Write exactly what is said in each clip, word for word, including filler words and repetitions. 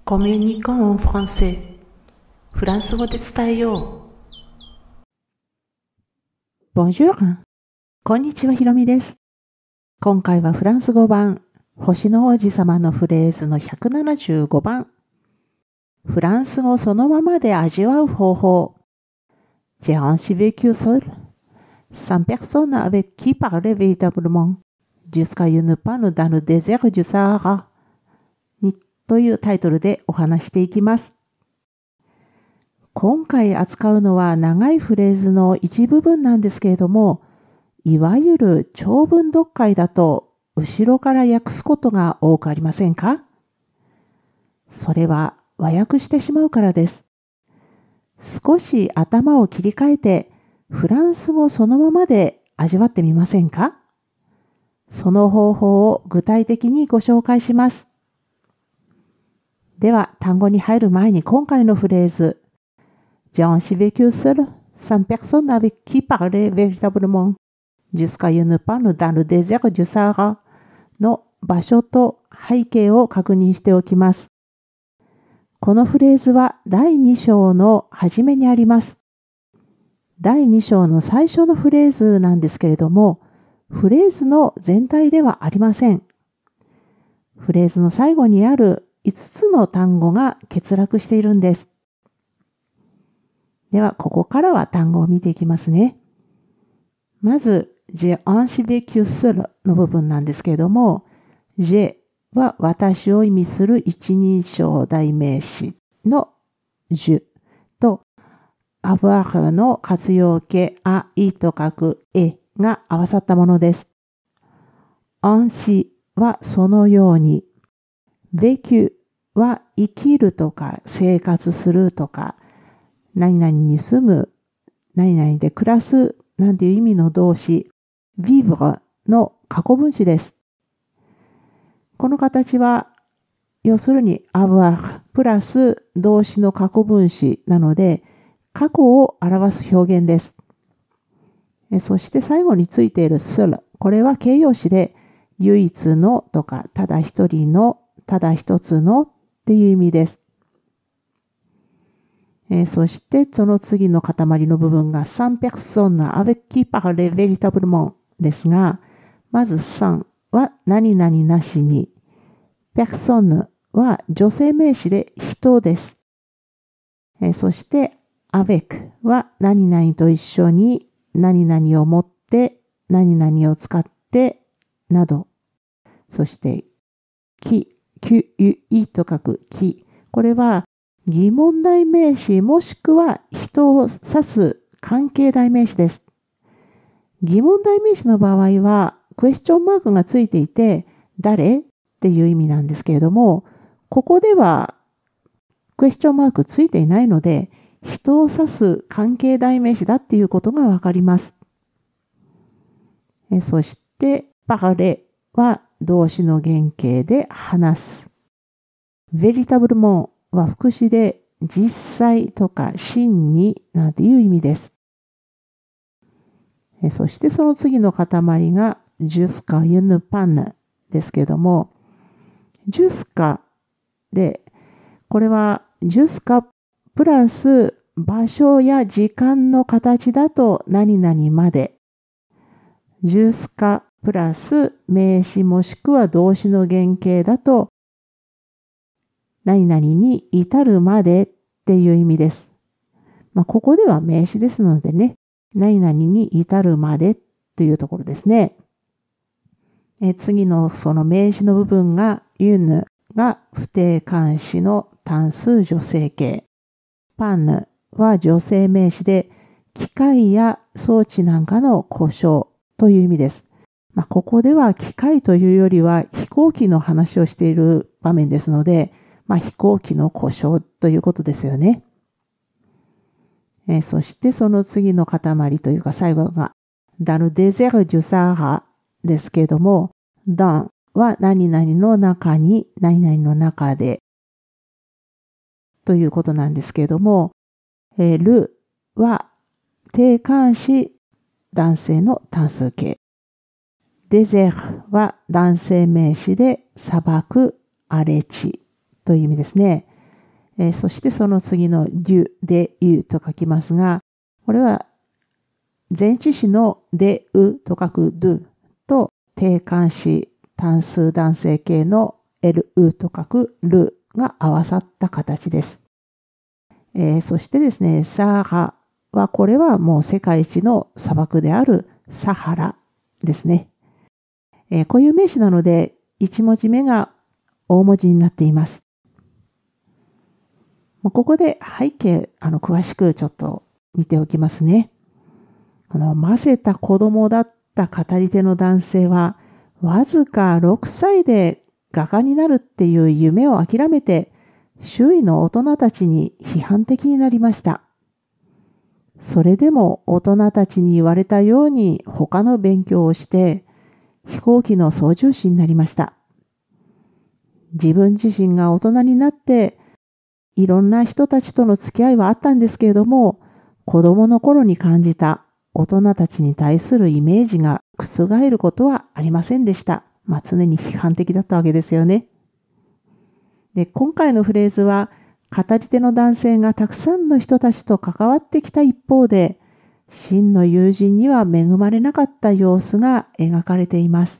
コミュニコンフランセフランス語で伝えよう。 Bonjour! こんにちは、ひろみです。今回はフランス語版、星の王子様のフレーズのひゃくななじゅうごばん。フランス語そのままで味わう方法。J'ai ainsi vécu seul, sans personne avec qui parler véritablement, jusqu'à une panne dans le désert du Sahara. にというタイトルでお話していきます。今回扱うのは長いフレーズの一部分なんですけれども、いわゆる長文読解だと後ろから訳すことが多くありませんか？それは和訳してしまうからです。少し頭を切り替えてフランス語そのままで味わってみませんか？その方法を具体的にご紹介します。では単語に入る前に今回のフレーズJ'ai ainsi vécu seul, sans personne avec qui parler véritablement, jusqu'à une panne dans le désert du Sahara の場所と背景を確認しておきます。このフレーズはだいに章の初めにあります。だいに章の最初のフレーズなんですけれども、フレーズの全体ではありません。フレーズの最後にあるいつつの単語が欠落しているんです。では、ここからは単語を見ていきますね。まず、j'ai ainsi vécu seul の部分なんですけれども、j'ai は私を意味する一人称代名詞の je と avoir の活用形 ai と書く e が合わさったものです。ainsi はそのように、vécu は生きるとか生活するとか、何々に住む、何々で暮らすなんていう意味の動詞、vivre の過去分詞です。この形は、要するに avoir プラス動詞の過去分詞なので、過去を表す表現です。そして最後についている seul、これは形容詞で、唯一のとか、ただ一人の、ただ一つのっていう意味です。えー、そしてその次の塊の部分がsans personne avec qui parler véritablementですが、まずsansは何々なしに、personneは女性名詞で人です。えー、そして avec は何々と一緒に、何々を持って、何々を使ってなど。そしてqui、qui と書くqui、これは疑問代名詞もしくは人を指す関係代名詞です。疑問代名詞の場合はクエスチョンマークがついていて誰っていう意味なんですけれども、ここではクエスチョンマークついていないので人を指す関係代名詞だっていうことがわかります。えそしてparlerは動詞の原型で話す。véritablementは副詞で実際とか真になんていう意味です。そしてその次の塊が jusqu'à une panne ですけれども、jusqu'à で、これは jusqu'à プラス場所や時間の形だと何々まで。jusqu'à プラス名詞もしくは動詞の原型だと何々に至るまでっていう意味です。まあ、ここでは名詞ですのでね、何々に至るまでというところですね。え次のその名詞の部分が une が不定冠詞の単数女性形。panne は女性名詞で機械や装置なんかの故障という意味です。まあ、ここでは機械というよりは飛行機の話をしている場面ですので、まあ、飛行機の故障ということですよね。えー、そしてその次の塊というか最後がdans le désert du Saharaですけれども、dans は何々の中に何々の中でということなんですけれども、えー、le は定冠詞男性の単数形。désert は男性名詞で砂漠、荒れ地という意味ですね。 えー、そしてその次のデュ、デ、ユと書きますが、これは前置詞のデ、ウと書くドゥと定冠詞単数男性形のエル、ウと書くルが合わさった形です。えー、そしてですね、サーラはこれはもう世界一の砂漠であるサハラですね。えー、固有名詞なのでいち文字目が大文字になっています。ここで背景、あの、詳しくちょっと見ておきますね。この、ませた子供だった語り手の男性は、わずかろくさいで画家になるっていう夢を諦めて、周囲の大人たちに批判的になりました。それでも大人たちに言われたように他の勉強をして、飛行機の操縦士になりました。自分自身が大人になって、いろんな人たちとの付き合いはあったんですけれども、子供の頃に感じた大人たちに対するイメージが覆ることはありませんでした。まあ、常に批判的だったわけですよね。で、今回のフレーズは、語り手の男性がたくさんの人たちと関わってきた一方で、真の友人には恵まれなかった様子が描かれています。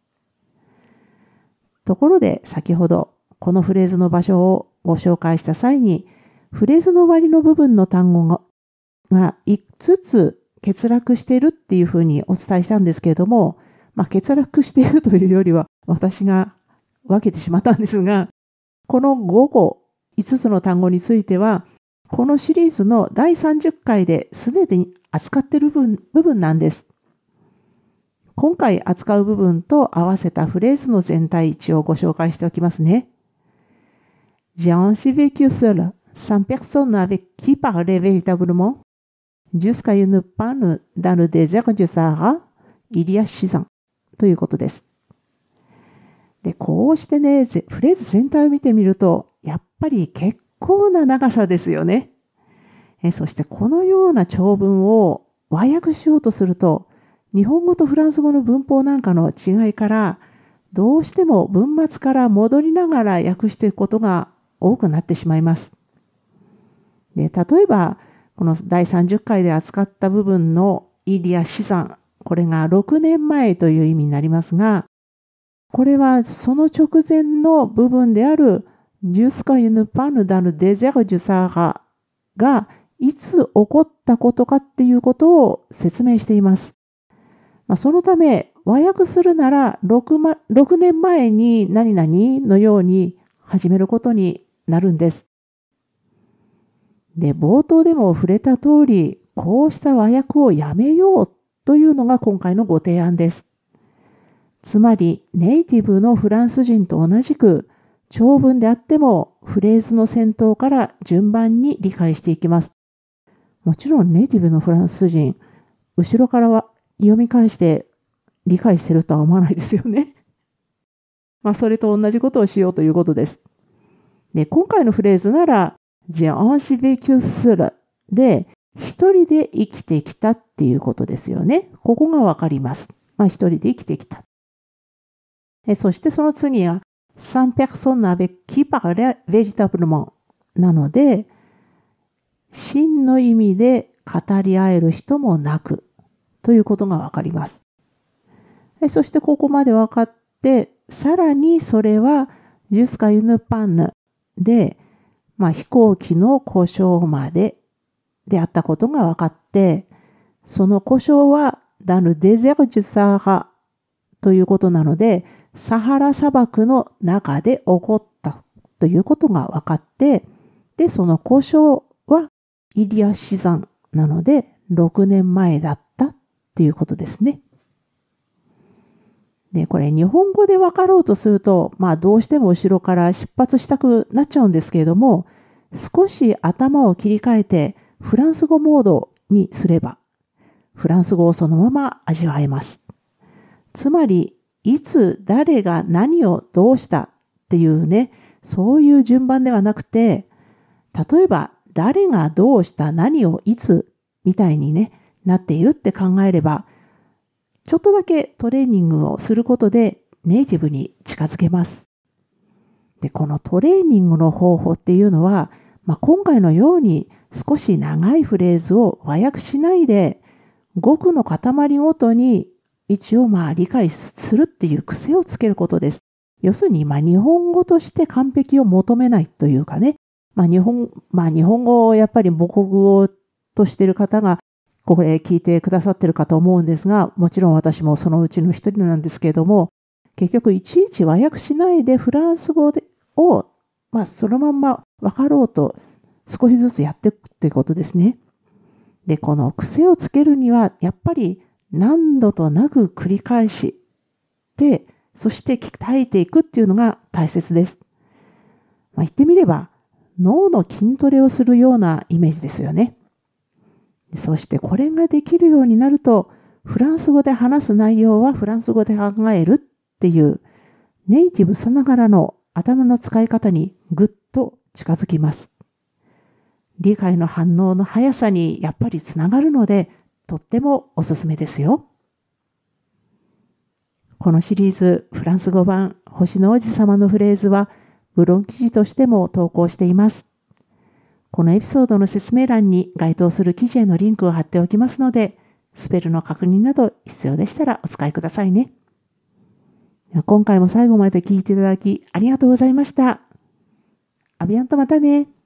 ところで、先ほどこのフレーズの場所をご紹介した際に、フレーズの終わりの部分の単語がいつつ欠落しているっていうふうにお伝えしたんですけれども、まあ、欠落しているというよりは私が分けてしまったんですが、このごこ、いつつの単語については、このシリーズのだいさんじゅっかいですでに扱っている部分、部分なんです。今回扱う部分と合わせたフレーズの全体一をご紹介しておきますね。J'ai ainsi vécu seul, sans personne avec qui parler véritablement, jusqu'à une panne dans le désert du Sahara, il y a six ans ということです。で、こうしてね、フレーズ全体を見てみると、やっぱり結構な長さですよね。えそしてこのような長文を和訳しようとすると、日本語とフランス語の文法なんかの違いから、どうしても文末から戻りながら訳していくことが多くなってしまいます。で、例えば、このだいさんじゅっかいで扱った部分のイリア資産、これがろくねんまえという意味になりますが、これはその直前の部分であるjusqu'à une panne dans le désert du Saharaがいつ起こったことかっていうことを説明しています。まあ、そのため和訳するなら 6, まろくねんまえに何々のように始めることになるんです。で、冒頭でも触れた通り、こうした和訳をやめようというのが今回のご提案です。つまり、ネイティブのフランス人と同じく、長文であってもフレーズの先頭から順番に理解していきます。もちろんネイティブのフランス人、後ろからは読み返して理解してるとは思わないですよね。まあ、それと同じことをしようということです。で、今回のフレーズなら、j'ai ainsi vécu seul で、一人で生きてきたっていうことですよね。ここがわかります。まあ、一人で生きてきた。えそしてその次は、sans personne avec qui parler véritablement なので、真の意味で語り合える人もなくということがわかります。えそしてここまで分かって、さらにそれは jusqu'à une panne で、まあ、飛行機の故障までであったことが分かって、その故障は dans le désert du Sahara ということなので、サハラ砂漠の中で起こったということが分かって、で、その故障はイリア資産なのでろくねんまえだったっていうことですね。で、これ日本語で分かろうとすると、まあどうしても後ろから出発したくなっちゃうんですけれども、少し頭を切り替えてフランス語モードにすれば、フランス語をそのまま味わえます。つまり、いつ誰が何をどうしたっていうね、そういう順番ではなくて、例えば誰がどうした何をいつみたいにね、なっているって考えれば、ちょっとだけトレーニングをすることでネイティブに近づけます。 で、このトレーニングの方法っていうのは、まあ、今回のように少し長いフレーズを和訳しないで、語句の塊ごとに一応まあ理解するっていう癖をつけることです。要するに、まあ日本語として完璧を求めないというかね、まあ日本、まあ日本語をやっぱり母国語としている方が、これ聞いてくださってるかと思うんですが、もちろん私もそのうちの一人なんですけれども、結局いちいち和訳しないでフランス語でを、まあそのまんま分かろうと少しずつやっていくということですね。で、この癖をつけるには、やっぱり何度となく繰り返し、で、そして鍛えていくっていうのが大切です。まあ、言ってみれば、脳の筋トレをするようなイメージですよね。そしてこれができるようになると、フランス語で話す内容はフランス語で考えるっていうネイティブさながらの頭の使い方にぐっと近づきます。理解の反応の速さにやっぱりつながるので、とってもおすすめですよ。このシリーズフランス語版星の王子様のフレーズはブログ記事としても投稿しています。このエピソードの説明欄に該当する記事へのリンクを貼っておきますので、スペルの確認など必要でしたらお使いくださいね。今回も最後まで聞いていただきありがとうございました。アビアンとまたね。